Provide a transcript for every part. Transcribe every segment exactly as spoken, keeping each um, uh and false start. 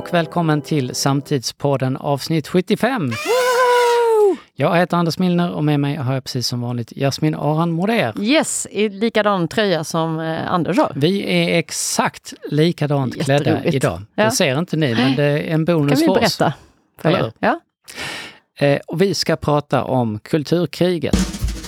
och välkommen till Samtidspodden avsnitt sjuttiofem. Woo! Jag heter Anders Milner och med mig har jag precis som vanligt Jasmin Aran Moder. Yes, i likadan tröja som eh, Anders har. Vi är exakt likadant klädda idag. Ja. Det ser inte ni, men det är en bonus för oss. Kan vi berätta för er? Ja. Eh, och vi ska prata om kulturkriget.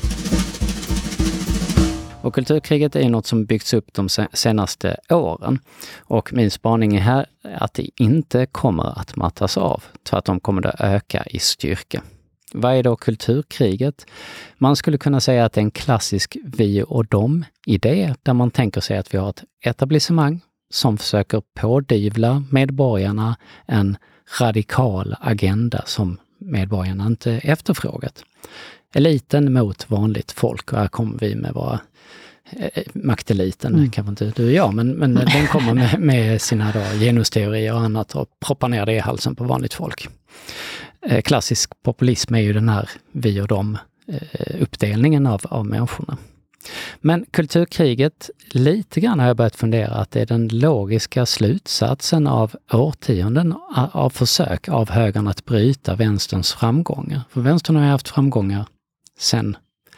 Och kulturkriget är något som byggts upp de senaste åren. Och min spaning är här att det inte kommer att mattas av. Tvärtom kommer det öka i styrka. Vad är då kulturkriget? Man skulle kunna säga att det är en klassisk vi och dem-idé där man tänker sig att vi har ett etablissemang som försöker pådyvla medborgarna en radikal agenda som medborgarna inte efterfrågat. Eliten mot vanligt folk, och här kommer vi med våra eh, makteliten, mm. kanske inte du och jag, men, men den kommer med, med sina då, genusteorier och annat och proppar ner det i halsen på vanligt folk. Eh, klassisk populism är ju den här vi och dem eh, uppdelningen av, av människorna. Men kulturkriget, lite grann har jag börjat fundera att det är den logiska slutsatsen av årtionden av försök av högern att bryta vänsterns framgångar. För vänstern har ju haft framgångar sedan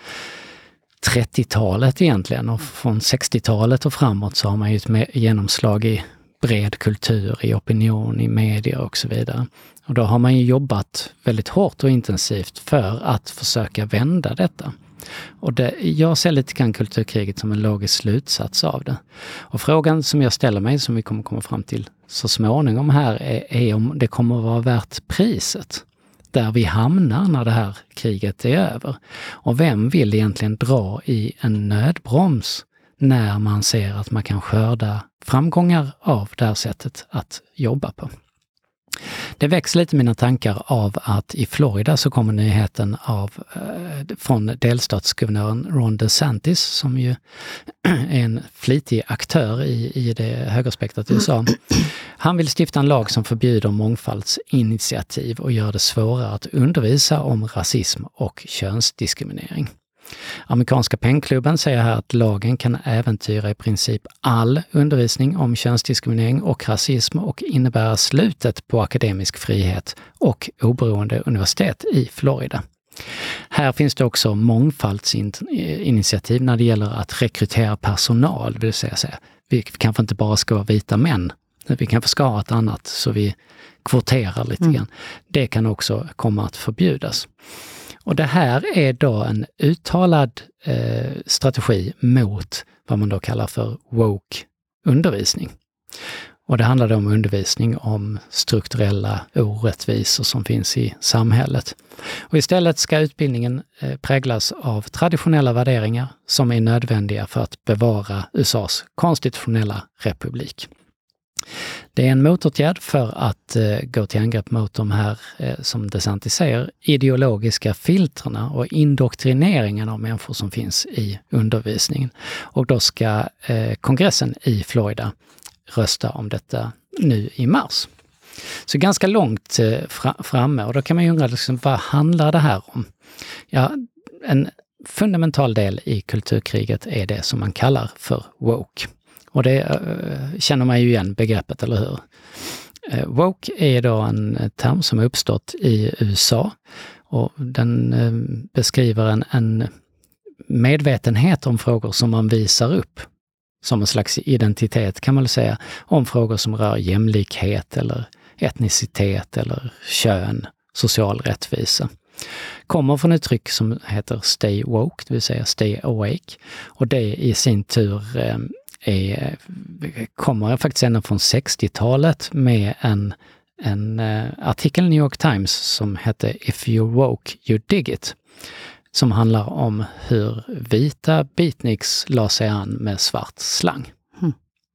trettiotalet egentligen, och från sextiotalet och framåt så har man ju ett genomslag i bred kultur, i opinion, i medier och så vidare. Och då har man ju jobbat väldigt hårt och intensivt för att försöka vända detta. Och det, jag ser lite grann kulturkriget som en logisk slutsats av det. Och frågan som jag ställer mig, som vi kommer komma fram till så småningom här, är, är om det kommer att vara värt priset. Där vi hamnar när det här kriget är över. Och vem vill egentligen dra i en nödbroms när man ser att man kan skörda framgångar av det här sättet att jobba på? Det växer lite mina tankar av att i Florida så kommer nyheten av, eh, från delstatsguvernören Ron DeSantis, som ju är en flitig aktör i, i det högerspektrat i U S A. Han vill stifta en lag som förbjuder mångfaldsinitiativ och gör det svårare att undervisa om rasism och könsdiskriminering. Amerikanska pennklubben säger här att lagen kan äventyra i princip all undervisning om könsdiskriminering och rasism och innebära slutet på akademisk frihet och oberoende universitet i Florida. Här finns det också mångfaldsinitiativ när det gäller att rekrytera personal, det vill säga, säga vi kanske inte bara ska vara vita män, vi kanske ska ha ett annat så vi kvoterar lite grann. Mm. Det kan också komma att förbjudas. Och det här är då en uttalad eh, strategi mot vad man då kallar för woke undervisning. Och det handlar då om undervisning om strukturella orättvisor som finns i samhället. Och istället ska utbildningen eh, präglas av traditionella värderingar som är nödvändiga för att bevara U S A:s konstitutionella republik. Det är en motåtgärd för att eh, gå till angrepp mot de här, eh, som DeSantis säger, ideologiska filtrerna och indoktrineringen av människor som finns i undervisningen. Och då ska eh, kongressen i Florida rösta om detta nu i mars. Så ganska långt eh, fra, framme, och då kan man ju undra liksom, vad handlar det här om? Ja, en fundamental del i kulturkriget är det som man kallar för woke. Och det uh, känner man ju igen begreppet, eller hur? Uh, woke är då en term som har uppstått i U S A och den uh, beskriver en, en medvetenhet om frågor som man visar upp som en slags identitet, kan man väl säga, om frågor som rör jämlikhet eller etnicitet eller kön, social rättvisa. Kommer från ett uttryck som heter stay woke, det vill säga stay awake, och det i sin tur uh, Är, kommer faktiskt ända från sextiotalet med en, en uh, artikel i New York Times som hette If you woke, you dig it, som handlar om hur vita beatniks la sig an med svart slang. Mm.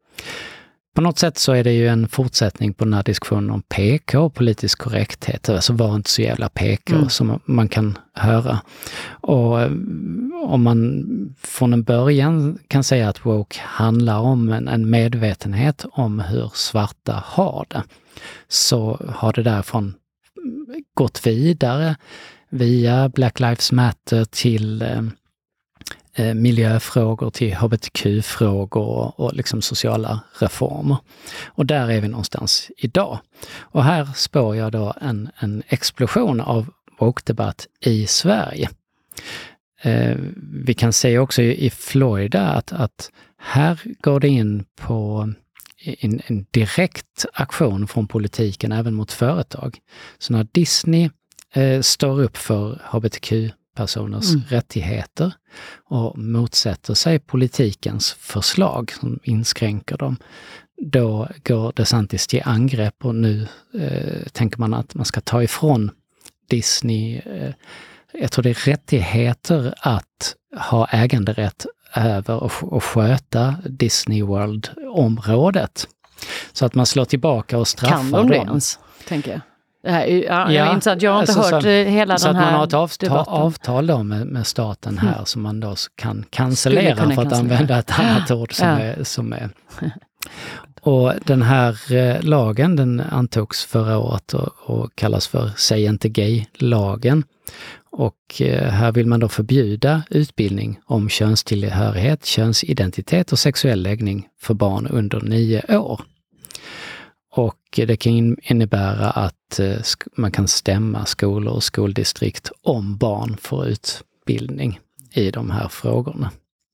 På något sätt så är det ju en fortsättning på den här diskussionen om P K och politisk korrekthet. Alltså var inte så jävla P K mm. som man kan höra. Och om man från en början kan säga att woke handlar om en, en medvetenhet om hur svarta har det, så har det därifrån gått vidare via Black Lives Matter till eh, miljöfrågor till hbtq-frågor och, och liksom sociala reformer. Och där är vi någonstans idag. Och här spår jag då en, en explosion av woke-debatt i Sverige. Eh, vi kan se också i, i Florida att, att här går det in på en, en direkt aktion från politiken även mot företag. Så när Disney eh, står upp för hbtq-personers mm. rättigheter och motsätter sig politikens förslag som inskränker dem, då går DeSantis till angrepp och nu eh, tänker man att man ska ta ifrån Disney, eh, jag tror det är rättigheter att ha äganderätt över och, och sköta Disney World-området. Så att man slår tillbaka och straffar dem. Kan de det ens, tänker jag? Det här, ja, ja, jag, inte, jag har inte alltså, hört så, hela så den här Så att man har ett avtal, debatten. avtal då med, med staten här mm. som man då kan cancellera för att cancellera. använda ett annat ord som, ja. är, som är... Och den här eh, lagen, den antogs förra året och, och kallas för Säg inte gay-lagen. Och eh, här vill man då förbjuda utbildning om könstillhörighet, könsidentitet och sexuell läggning för barn under nio år. Och det kan innebära att eh, man kan stämma skolor och skoldistrikt om barn får utbildning i de här frågorna.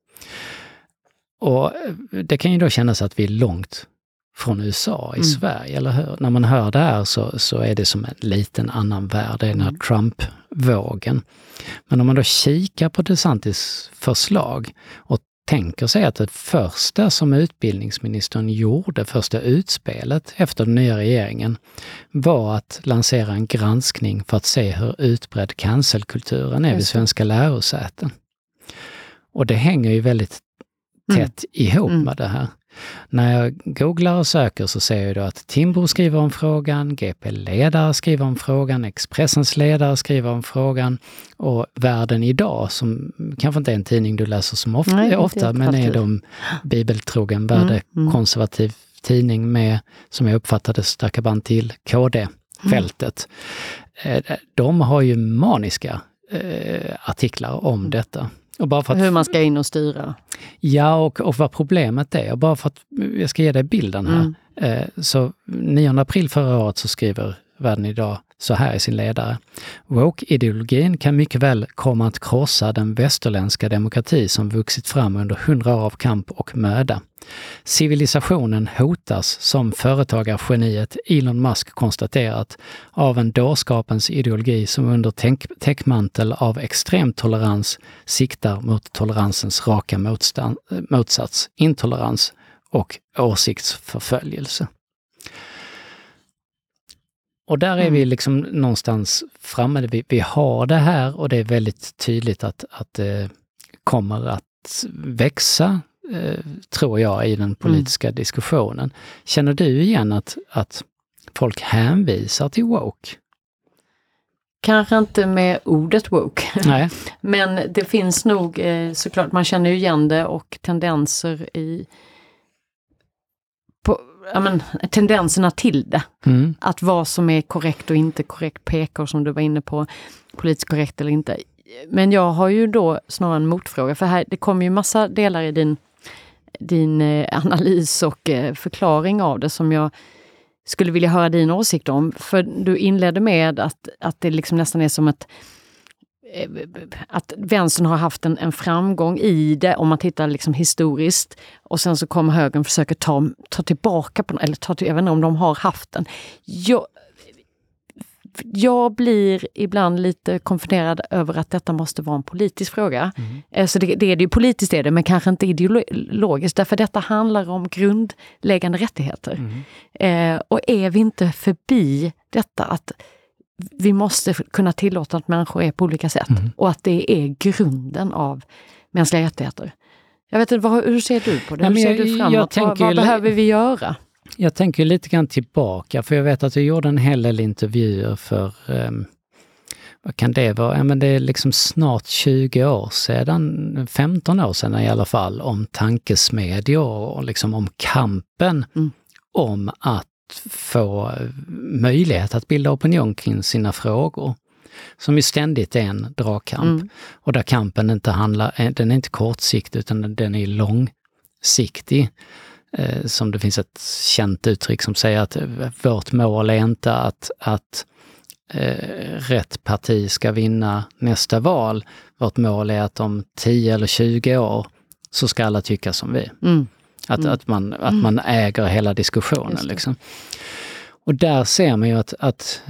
Och det kan ju då kännas att vi är långt från U S A i mm. Sverige, eller hur? När man hör det här så, så är det som en liten annan värld, det är den här mm. Trump-vågen. Men om man då kikar på DeSantis förslag och tänker sig att det första som utbildningsministern gjorde, första utspelet efter den nya regeringen, var att lansera en granskning för att se hur utbredd cancelkulturen är vid svenska lärosäten. Och det hänger ju väldigt tätt mm. ihop mm. med det här. När jag googlar och söker så ser jag då att Timbro skriver om frågan, G P-ledare skriver om frågan, Expressens ledare skriver om frågan och Världen idag, som kanske inte är en tidning du läser som ofta, Nej, ofta men är de bibeltrogen värdekonservativ mm, mm. tidning med, som jag uppfattade, starka band till K D-fältet. Mm. De har ju maniska eh, artiklar om detta. Och bara för att, hur man ska in och styra. Ja, och, och vad problemet är. Och bara för att jag ska ge dig bilden här. Mm. Eh, så nionde april förra året så skriver Världen idag så här i sin ledare. Woke-ideologin kan mycket väl komma att krossa den västerländska demokrati som vuxit fram under hundra år av kamp och möda. Civilisationen hotas, som företagargeniet Elon Musk konstaterat, av en dårskapens ideologi som under tänk- täckmantel av extrem tolerans siktar mot toleransens raka motstan- motsats, intolerans och åsiktsförföljelse. Och där är mm. vi liksom någonstans framme. Vi, vi har det här och det är väldigt tydligt att, att det kommer att växa, eh, tror jag, i den politiska mm. diskussionen. Känner du igen att, att folk hänvisar till woke? Kanske inte med ordet woke. Nej. Men det finns nog eh, såklart, man känner ju igen det och tendenser i på, ja, men, tendenserna till det. Mm. Att vad som är korrekt och inte korrekt pekar, som du var inne på, politiskt korrekt eller inte. Men jag har ju då snarare en motfråga, för här, det kommer ju massa delar i din, din eh, analys och eh, förklaring av det som jag skulle vilja höra din åsikt om. För du inledde med att, att det liksom nästan är som ett att vänstern har haft en, en framgång i det, om man tittar liksom historiskt, och sen så kommer högern och försöker ta, ta tillbaka på, eller ta till, jag vet inte om de har haft den. Jag, jag blir ibland lite konfunderad över att detta måste vara en politisk fråga. Mm. Så det, det är det ju, politiskt är det, men kanske inte ideologiskt, därför detta handlar om grundläggande rättigheter. Mm. Eh, och är vi inte förbi detta att vi måste kunna tillåta att människor är på olika sätt. Mm. Och att det är grunden av mänskliga rättigheter. Jag vet inte, vad, hur ser du på det? Hur ser du framåt? Vad, vad behöver vi göra? Jag tänker lite grann tillbaka. För jag vet att du gjorde en hel del intervjuer för... Um, vad kan det vara? Ja, men det är liksom snart tjugo år sedan, femton år sedan i alla fall, om tankesmedjor och liksom om kampen mm. om att få möjlighet att bilda opinion kring sina frågor. som ju ständigt är en dragkamp. Mm. Och där kampen inte handlar, den är inte kortsiktig utan den är långsiktig. Eh, som det finns ett känt uttryck som säger att vårt mål är inte att, att eh, rätt parti ska vinna nästa val. Vårt mål är att om tio eller tjugo år så ska alla tycka som vi. Mm. Att, mm. att, man, att man äger hela diskussionen. Liksom. Och där ser man ju att, att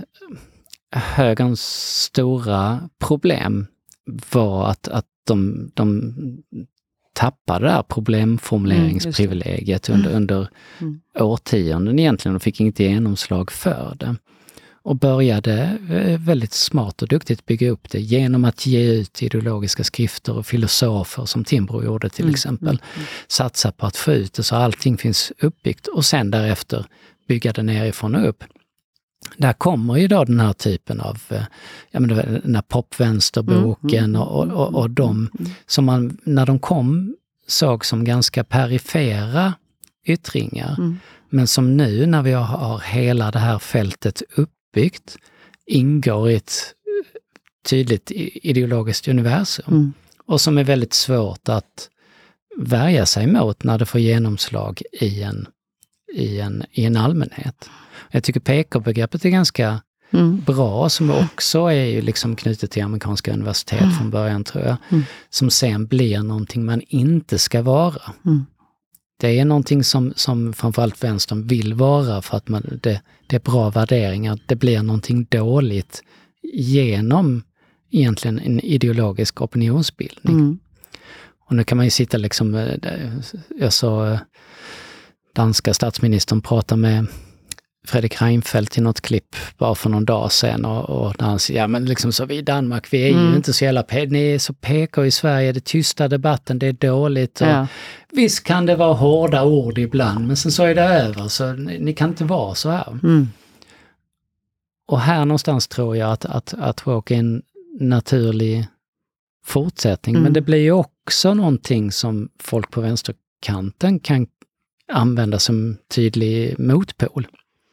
högerns stora problem var att, att de, de tappade det här problemformuleringsprivilegiet mm, under, under mm. årtionden egentligen och fick inget genomslag för det. Och började väldigt smart och duktigt bygga upp det genom att ge ut ideologiska skrifter och filosofer som Timbro gjorde till mm, exempel. Mm, mm. Satsa på att få ut det så allting finns uppbyggt och sen därefter bygga det nerifrån och upp. Där kommer ju då den här typen av, ja men den här popvänsterboken mm, mm, och, och, och de som man, när de kom, såg som ganska perifera yttringar. Mm. Men som nu när vi har hela det här fältet uppbyggt ingår i ett tydligt ideologiskt universum. Mm. Och som är väldigt svårt att värja sig mot när det får genomslag i en, i en, i en allmänhet. Jag tycker P K-begreppet är ganska mm. bra, som också är ju liksom knutet till amerikanska universitet mm. från början tror jag. Mm. Som sen blir någonting man inte ska vara. Mm. Det är någonting som, som framförallt vänstern vill vara för att man, det, det är bra värderingar. Det blir någonting dåligt genom egentligen en ideologisk opinionsbildning. Mm. Och nu kan man ju sitta liksom, jag såg danska statsministern prata med Fredrik Reinfeldt i något klipp bara för någon dag sedan och, och när han säger, ja men liksom så vi i Danmark, vi är mm. ju inte så jävla, ni är så P K i Sverige, det tysta debatten, det är dåligt och ja. Visst kan det vara hårda ord ibland, men sen så är det över, så ni, ni kan inte vara så här. Mm. Och här någonstans tror jag att, att, att woke är en naturlig fortsättning, mm. men det blir ju också någonting som folk på vänsterkanten kan använda som tydlig motpol.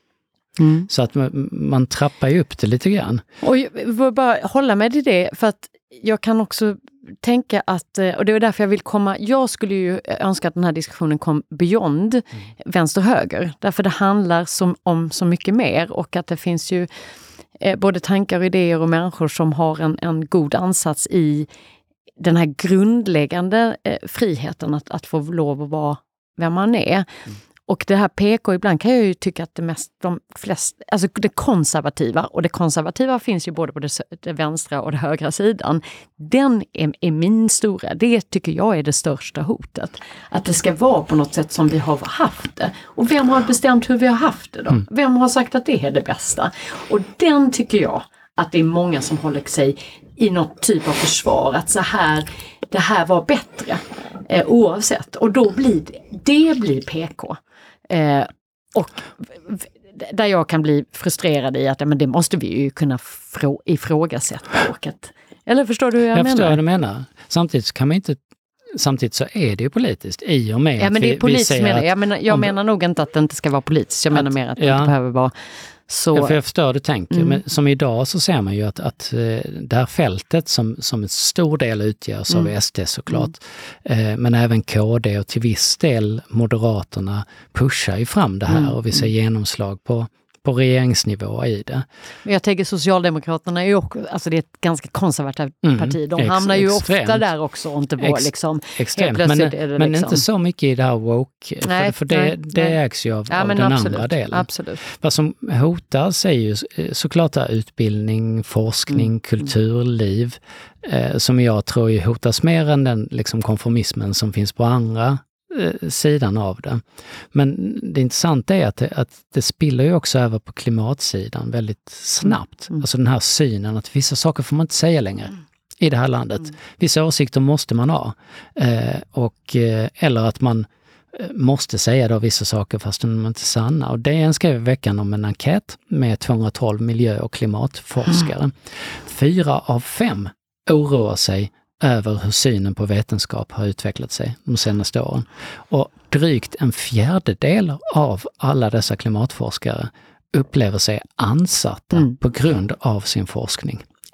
Mm. Så att man, man trappar ju upp det lite grann. Och jag vill bara hålla med i det, för att jag kan också tänka att, och det är därför jag vill komma, jag skulle ju önska att den här diskussionen kom beyond mm. vänster-höger. Därför det handlar som, om så mycket mer och att det finns ju eh, både tankar och idéer och människor som har en, en god ansats i den här grundläggande eh, friheten att, att få lov att vara vem man är. Mm. Och det här P K, ibland kan jag ju tycka att det mest, de flesta, alltså det konservativa, och det konservativa finns ju både på det, det vänstra och det högra sidan. Den är, är min stora, det tycker jag är det största hotet. Att det ska vara på något sätt som vi har haft det. Och vem har bestämt hur vi har haft det då? Mm. Vem har sagt att det är det bästa? Och den tycker jag att det är många som håller sig i något typ av försvar. Att så här, det här var bättre. Eh, oavsett. Och då blir det, det blir P K. Eh, och där jag kan bli frustrerad i att men det måste vi ju kunna frå, ifrågasätta. Och att, eller förstår du hur jag, jag menar? Jag förstår vad du menar. Samtidigt så kan man inte, samtidigt så är det ju politiskt i och med ja, men det är vi, politiskt vi säger menar, att, jag menar, jag om, menar nog inte att det inte ska vara politiskt. Jag att, menar mer att det ja, inte behöver vara så. Ja, för jag förstår du tänker. Mm. Men som idag så ser man ju att, att det här fältet som, som en stor del utgörs av mm. S D såklart. Mm. Eh, men även K D och till viss del Moderaterna pushar ju fram det här mm. och vi ser genomslag på, på regeringsnivå i det. Men jag tänker Socialdemokraterna är ju också, alltså det är ett ganska konservativt mm. parti. De Ex, hamnar ju extremt. ofta där också och inte bara Ex, liksom. Extremt, men, är det men liksom. inte så mycket i det här woke. Nej, för för det, nej, det nej. ägs ju av, ja, av men den absolut, andra delen. Absolut. Vad som hotas är ju såklart där utbildning, forskning, mm. kulturliv. Eh, som jag tror ju hotas mer än den liksom konformismen som finns på andra sidan av det. Men det intressanta är att det, att det spiller ju också över på klimatsidan väldigt snabbt. Mm. Alltså den här synen att vissa saker får man inte säga längre mm. i det här landet. Mm. Vissa åsikter måste man ha. Eh, och, eh, eller att man måste säga då vissa saker fast de är inte sanna. Och det skrev i veckan om en enkät med tvåhundratolv miljö- och klimatforskare. Mm. Fyra av fem oroar sig över hur synen på vetenskap har utvecklat sig de senaste åren. Och drygt en fjärdedel av alla dessa klimatforskare upplever sig ansatta mm. på grund av sin forskning.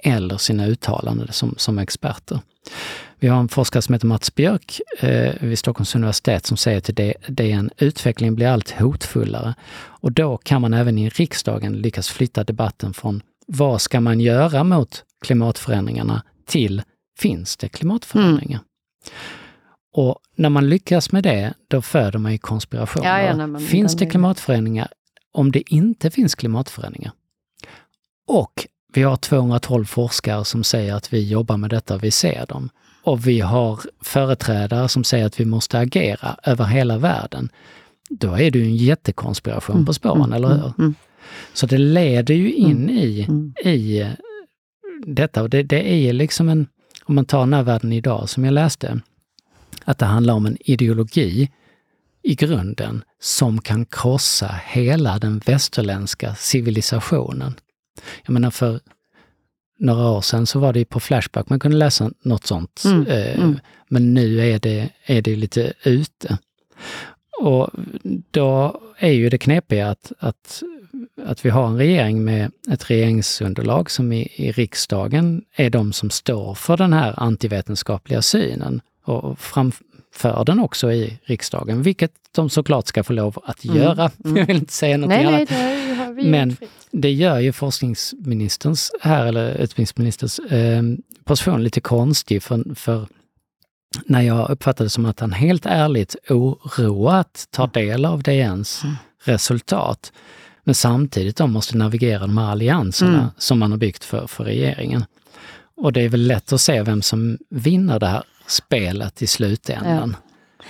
eller sina uttalanden som, som experter. Vi har en forskare som heter Mats Björk eh, vid Stockholms universitet som säger till D N: utvecklingen blir allt hotfullare. Och då kan man även i riksdagen lyckas flytta debatten från vad ska man göra mot klimatförändringarna till finns det klimatförändringar? Mm. Och när man lyckas med det, då föder man ju konspirationer. Ja, ja, nej, finns det klimatförändringar om det inte finns klimatförändringar? Och vi har tvåhundratolv forskare som säger att vi jobbar med detta och vi ser dem. Och vi har företrädare som säger att vi måste agera över hela världen. Då är det ju en jättekonspiration mm, på spåren, mm, eller hur? Mm, mm. Så det leder ju in i, mm. i detta. Och det, det är liksom en, om man tar den här världen idag som jag läste, att det handlar om en ideologi i grunden som kan krossa hela den västerländska civilisationen. Jag menar, för några år sedan så var det på Flashback man kunde läsa något sånt. Mm, eh, mm. Men nu är det, är det lite ute. Och då är ju det knepiga att, att, att vi har en regering med ett regeringsunderlag som i, i riksdagen är de som står för den här antivetenskapliga synen och framför den också i riksdagen, vilket de såklart ska få lov att mm, göra. Mm. Jag vill inte säga något nej, annat. Nej, det har vi Men det gör ju forskningsministerns här, eller utbildningsministerns eh, position lite konstig, för, för när jag uppfattade det som att han helt ärligt oroat tar del av D N:s mm. resultat, men samtidigt de måste navigera de här allianserna mm. som man har byggt för, för regeringen. Och det är väl lätt att se vem som vinner det här spelet i slutändan. Ja.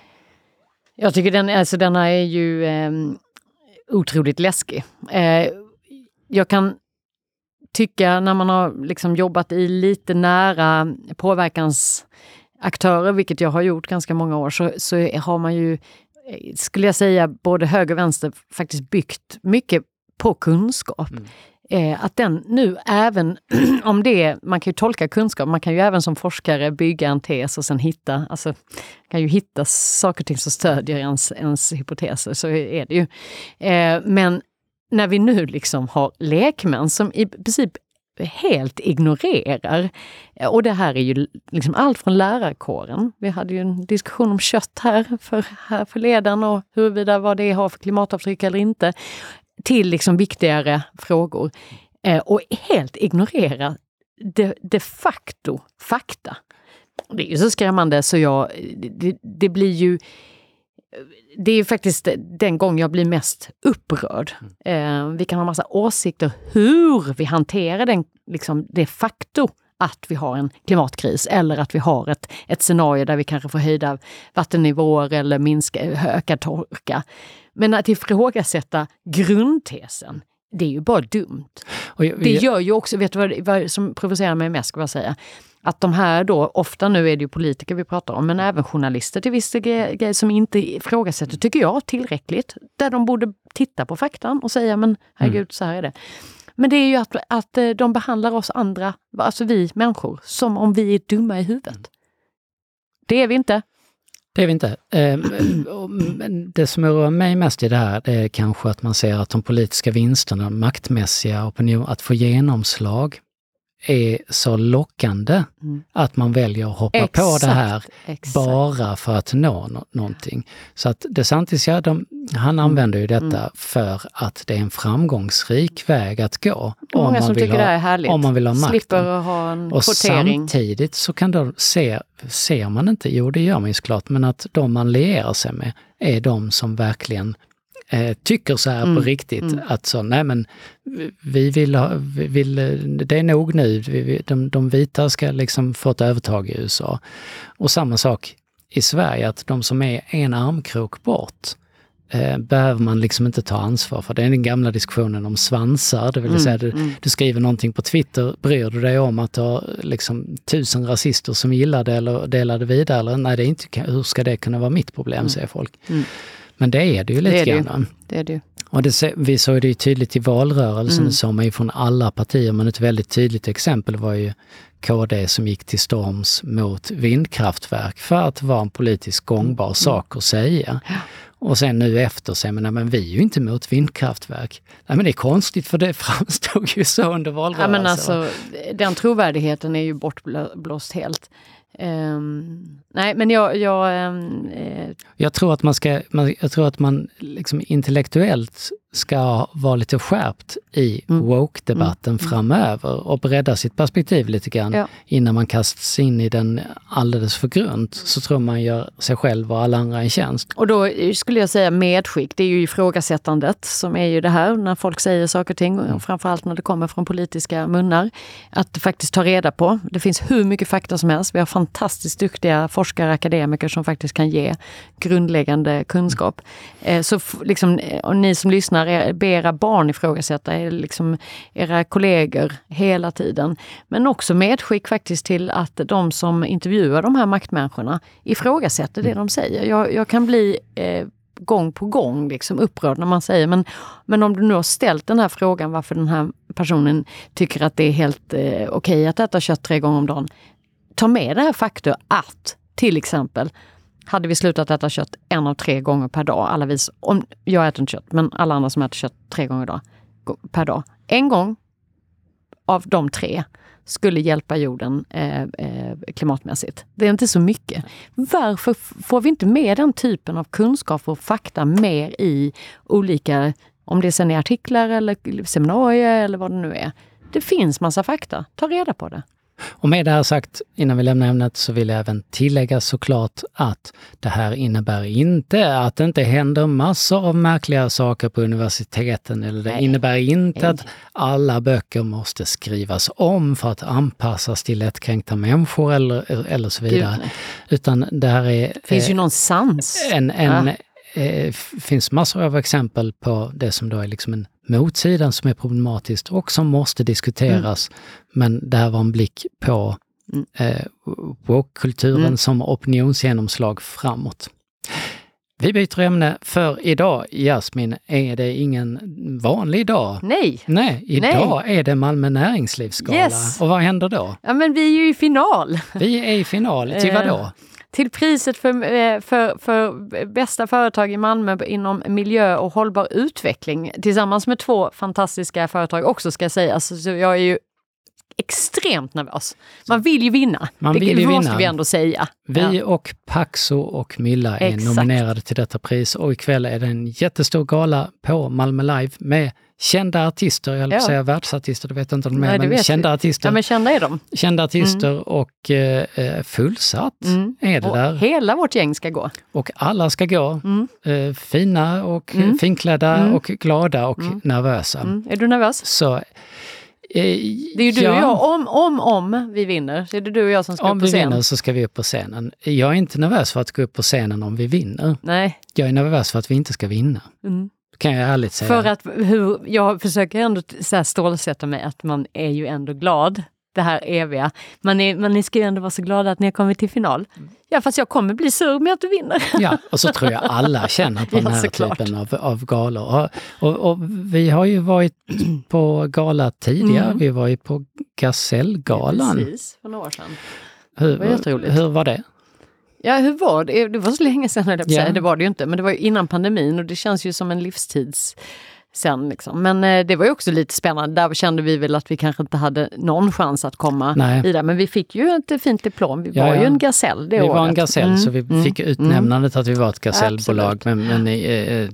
Jag tycker den, alltså denna är ju eh, otroligt läskig. Eh, jag kan tycka när man har liksom jobbat i lite nära påverkansaktörer, vilket jag har gjort ganska många år, så, så har man ju, skulle jag säga, både höger och vänster faktiskt byggt mycket på kunskap. Mm. Eh, att den nu även, om det, man kan ju tolka kunskap, man kan ju även som forskare bygga en tes och sen hitta, alltså kan ju hitta saker och ting som stödjer ens, ens hypoteser, så är det ju. Eh, men när vi nu liksom har lekmän som i princip helt ignorerar, och det här är ju liksom allt från lärarkåren. Vi hade ju en diskussion om kött här för, här förleden och huruvida vad det har för klimatavtryck eller inte, till liksom viktigare frågor. Eh, och helt ignorera de, de facto fakta. Det är ju så skrämmande så jag, det, det blir ju, det är ju faktiskt den gång jag blir mest upprörd. Eh, vi kan ha massa åsikter hur vi hanterar den, liksom de facto att vi har en klimatkris eller att vi har ett, ett scenario där vi kanske får höjda vattennivåer eller minska, ökad torka. Men att ifrågasätta grundtesen, det är ju bara dumt. Och jag, det gör ju också, vet du vad, vad som provocerar mig mest, ska jag säga? Att de här då, ofta nu är det ju politiker vi pratar om, men även journalister till vissa grejer som inte ifrågasätter, tycker jag, tillräckligt. Där de borde titta på faktan och säga, men herregud, mm. så här är det. Men det är ju att, att de behandlar oss andra, alltså vi människor, som om vi är dumma i huvudet. Det är vi inte. Det är vi inte. Det som oroar mig mest i det här, det är kanske att man ser att de politiska vinsterna, maktmässiga opinion, att få genomslag är så lockande mm. att man väljer att hoppa exakt, på det här exakt. bara för att nå no- någonting. Så att DeSantis, ja, de, han använder ju detta mm. för att det är en framgångsrik väg att gå. Många om man som vill tycker ha, det är härligt. Om man vill ha makten. Slipper att ha en och kvotering. Samtidigt så kan de se, ser man inte, jo det gör man ju såklart, men att de man lierar sig med är de som verkligen Eh, tycker så här mm, på riktigt, mm. att så, nej men vi vill ha, vi vill, det är nog nu, vi, de, de vita ska liksom få ett övertag i U S A. Och samma sak i Sverige, att de som är en armkrok bort eh, behöver man liksom inte ta ansvar för. Det är den gamla diskussionen om svansar, det vill mm, säga du, mm. du skriver någonting på Twitter, bryr du dig om att du har liksom tusen rasister som gillar det eller delar det vidare, eller nej, det är inte, hur ska det kunna vara mitt problem, mm. säger folk. Mm. Men det är det ju lite grann. Det är det ju. Och det, vi såg det ju tydligt i valrörelsen, mm. som är från alla partier, men ett väldigt tydligt exempel var ju K D som gick till storms mot vindkraftverk för att vara en politiskt gångbar mm. sak att säga. Och sen nu efter så menar men vi är ju inte emot vindkraftverk. Nej, men det är konstigt för det framstod ju så under valrörelsen. Ja, men alltså, den trovärdigheten är ju bortblåst helt. Um, nej, men jag... Jag, um, eh. jag tror att man ska, man, jag tror att man liksom intellektuellt ska vara lite skärpt i mm. woke-debatten mm. framöver och bredda sitt perspektiv lite grann ja. innan man kastas in i den alldeles för grunt. Så tror man gör sig själv och alla andra en tjänst. Och då skulle jag säga medskick, det är ju ifrågasättandet som är ju det här när folk säger saker och ting, och framförallt när det kommer från politiska munnar, att faktiskt ta reda på. Det finns hur mycket fakta som helst. Vi har fantastiskt duktiga forskare, akademiker som faktiskt kan ge grundläggande kunskap. Eh, så f- liksom, och ni som lyssnar, be era barn ifrågasätta, liksom era kollegor hela tiden. Men också medskick faktiskt till att de som intervjuar de här maktmänniskorna ifrågasätter det de säger. Jag, jag kan bli eh, gång på gång liksom upprörd när man säger, men, men om du nu har ställt den här frågan varför den här personen tycker att det är helt eh, okej att äta kött tre gånger om dagen. Ta med det här faktum att till exempel hade vi slutat äta kött en av tre gånger per dag. Alla vis, om jag äter inte kött, men alla andra som äter kött tre gånger dag, per dag. En gång av de tre skulle hjälpa jorden eh, eh, klimatmässigt. Det är inte så mycket. Varför f- får vi inte med den typen av kunskap och fakta mer i olika, om det är sen i artiklar eller seminarier eller vad det nu är. Det finns massa fakta. Ta reda på det. Och med det här sagt, innan vi lämnar ämnet, så vill jag även tillägga såklart att det här innebär inte att det inte händer massor av märkliga saker på universiteten, eller det Nej. innebär inte Nej. att alla böcker måste skrivas om för att anpassas till lättkränkta människor eller, eller så vidare. Gud. Utan det här är... Finns eh, ju någon sans. En, en, ja. eh, finns massor av exempel på det som då är liksom en motsidan som är problematiskt och som måste diskuteras. Mm. Men det här var en blick på mm. eh, woke-kulturen mm. som opinionsgenomslag framåt. Vi byter ämne för idag, Jasmin, är det ingen vanlig dag. Nej. Nej, idag Nej. är det Malmö näringslivsgala. Yes. Och vad händer då? Ja, men vi är ju i final. Vi är i final. Till vad då? Till priset för, för, för bästa företag i Malmö inom miljö och hållbar utveckling. Tillsammans med två fantastiska företag också, ska jag säga. Alltså, så jag är ju extremt nervös. Man vill ju vinna. Man det vill ju måste vinna. vi ändå säga. Vi ja. och Paxo och Mylla är Exakt. nominerade till detta pris. Och ikväll är det en jättestor gala på Malmö Live med kända artister, jag vill ja. säga världsartister, det vet jag inte om de är, Nej, men kända vi. artister. Ja, men kända är de. Kända artister mm. och eh, fullsatt mm. är det och där. Hela vårt gäng ska gå. Och alla ska gå. Mm. Eh, fina och mm. finklädda mm. och glada och mm. nervösa. Mm. Är du nervös? Så... Det är ju du ja. och jag, om, om, om vi vinner, så är det du och jag som ska om upp på scenen. Om vi vinner så ska vi upp på scenen. Jag är inte nervös för att gå upp på scenen om vi vinner. Nej. Jag är nervös för att vi inte ska vinna. Mm. Kan jag ärligt säga. För att hur, jag försöker ändå så här stålsätta mig att man är ju ändå glad. Det här eviga. Man, är, man ska ju ändå vara så glada att ni har kommit till final. Ja, fast jag kommer bli sur med att du vinner. Ja, och så tror jag alla känner på ja, den här såklart. typen av, av galor. Och, och, och vi har ju varit på gala tidigare. Mm. Vi var ju på Gasellgalan. Ja, precis, för några år sedan. Hur, det var jätteroligt. Hur var det? Ja, hur var det? Det var så länge sedan, jag ja. det var det ju inte. Men det var ju innan pandemin och det känns ju som en livstids... Sen liksom. Men eh, det var ju också lite spännande. Där kände vi väl att vi kanske inte hade någon chans att komma Nej. vidare. Men vi fick ju ett fint diplom. Vi ja, var ja. ju en gasell det Vi året. var en gasell mm. så vi mm. fick utnämnandet mm. att vi var ett gasellbolag. Men, men eh,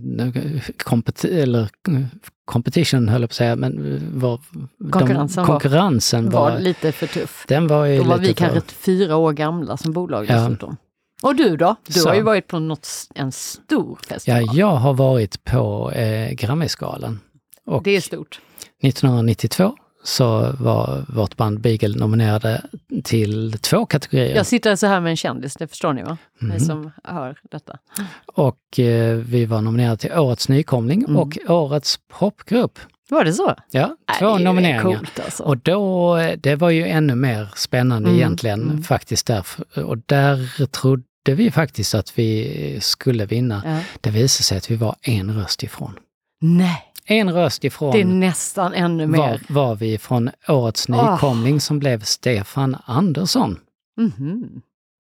kompet- eller, competition höll jag på att säga. Men var, konkurrensen, de, konkurrensen var, var, var lite för tuff. Den var ju Då var lite vi för... kanske fyra år gamla som bolag ja. dessutom. Och du då? Du så. har ju varit på något, en stor festival. Ja, jag har varit på eh, Grammisgalan. Och det är stort. nittonhundranittiotvå så var vårt band Beagle nominerade till två kategorier. Jag sitter så här med en kändis, det förstår ni va? Mm. Ni som hör detta. Och eh, vi var nominerade till Årets nykomling mm. och Årets popgrupp. Var det så? Ja, två Nej, nomineringar. Coolt, alltså. Och då, det var ju ännu mer spännande mm. egentligen mm. faktiskt där. Och där trodde vi faktiskt att vi skulle vinna. Ja. Det visade sig att vi var en röst ifrån. Nej. En röst ifrån. Det är nästan ännu mer. Var, var vi från Årets nykomling oh. som blev Stefan Andersson. Mm-hmm.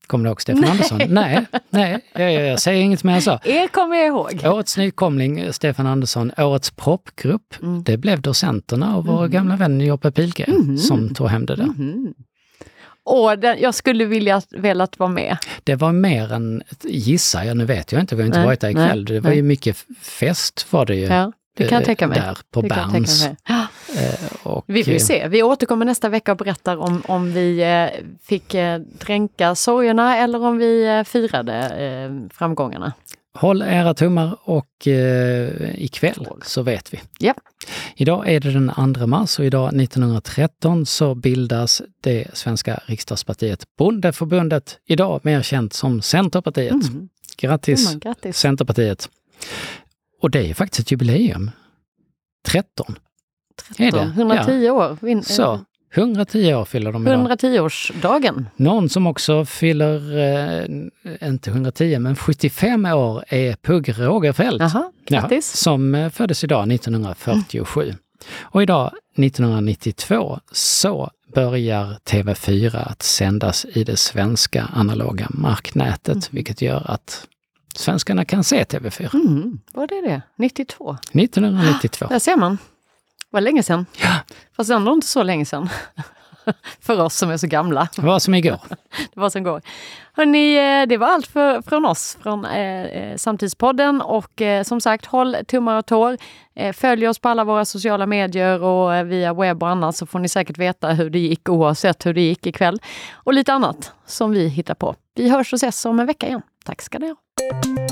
Kommer du ihåg Stefan Andersson? Nej, nej jag, jag säger inget mer så. Er kommer jag ihåg. Årets nykomling, Stefan Andersson. Årets proppgrupp, mm. det blev docenterna och våra mm. gamla vänner Joppe Pilgren mm. som tog hem det där. Mm. Och den, jag skulle vilja velat vara med. Det var mer än, gissar jag, nu vet jag inte, vi har inte nej, varit där ikväll. Nej, det var nej. ju mycket fest var det ju. Ja. Det kan jag tänka mig. Där på Berns. Eh, och, vi får se. Vi återkommer nästa vecka och berättar om, om vi eh, fick eh, dränka sorgerna eller om vi eh, firade eh, framgångarna. Håll era tummar och eh, ikväll så vet vi. Ja. Idag är det den andra mars och idag nittonhundratretton så bildas det svenska riksdagspartiet Bondeförbundet, idag mer känt som Centerpartiet. Mm. Grattis, mm, grattis Centerpartiet! Och det är faktiskt ett jubileum. tretton. tretton. Är det? hundratio ja. år. Vin- Så, hundratio år fyller de idag. hundratio-årsdagen. Någon som också fyller, eh, inte hundratio, men sjuttiofem år är Pugh Rogefeldt. Aha, grattis. Ja, som föddes idag nittonhundrafyrtiosju. Mm. Och idag nittonhundranittiotvå så börjar T V fyra att sändas i det svenska analoga marknätet, mm. vilket gör att svenskarna kan se T V fyra. Mm, vad är det? nittiotvå? nittonhundranittiotvå. Där ser man. Vad länge sedan. Ja. Fast ändå inte så länge sedan. För oss som är så gamla. Det var som igår. Det var som igår. Hörrni, det var allt för, från oss, från eh, Samtidspodden. Och eh, som sagt, håll tummar och tår. Eh, följ oss på alla våra sociala medier och eh, via webb och annat, så får ni säkert veta hur det gick, oavsett hur det gick ikväll. Och lite annat som vi hittar på. Vi hörs och ses om en vecka igen. Tack ska ni ha.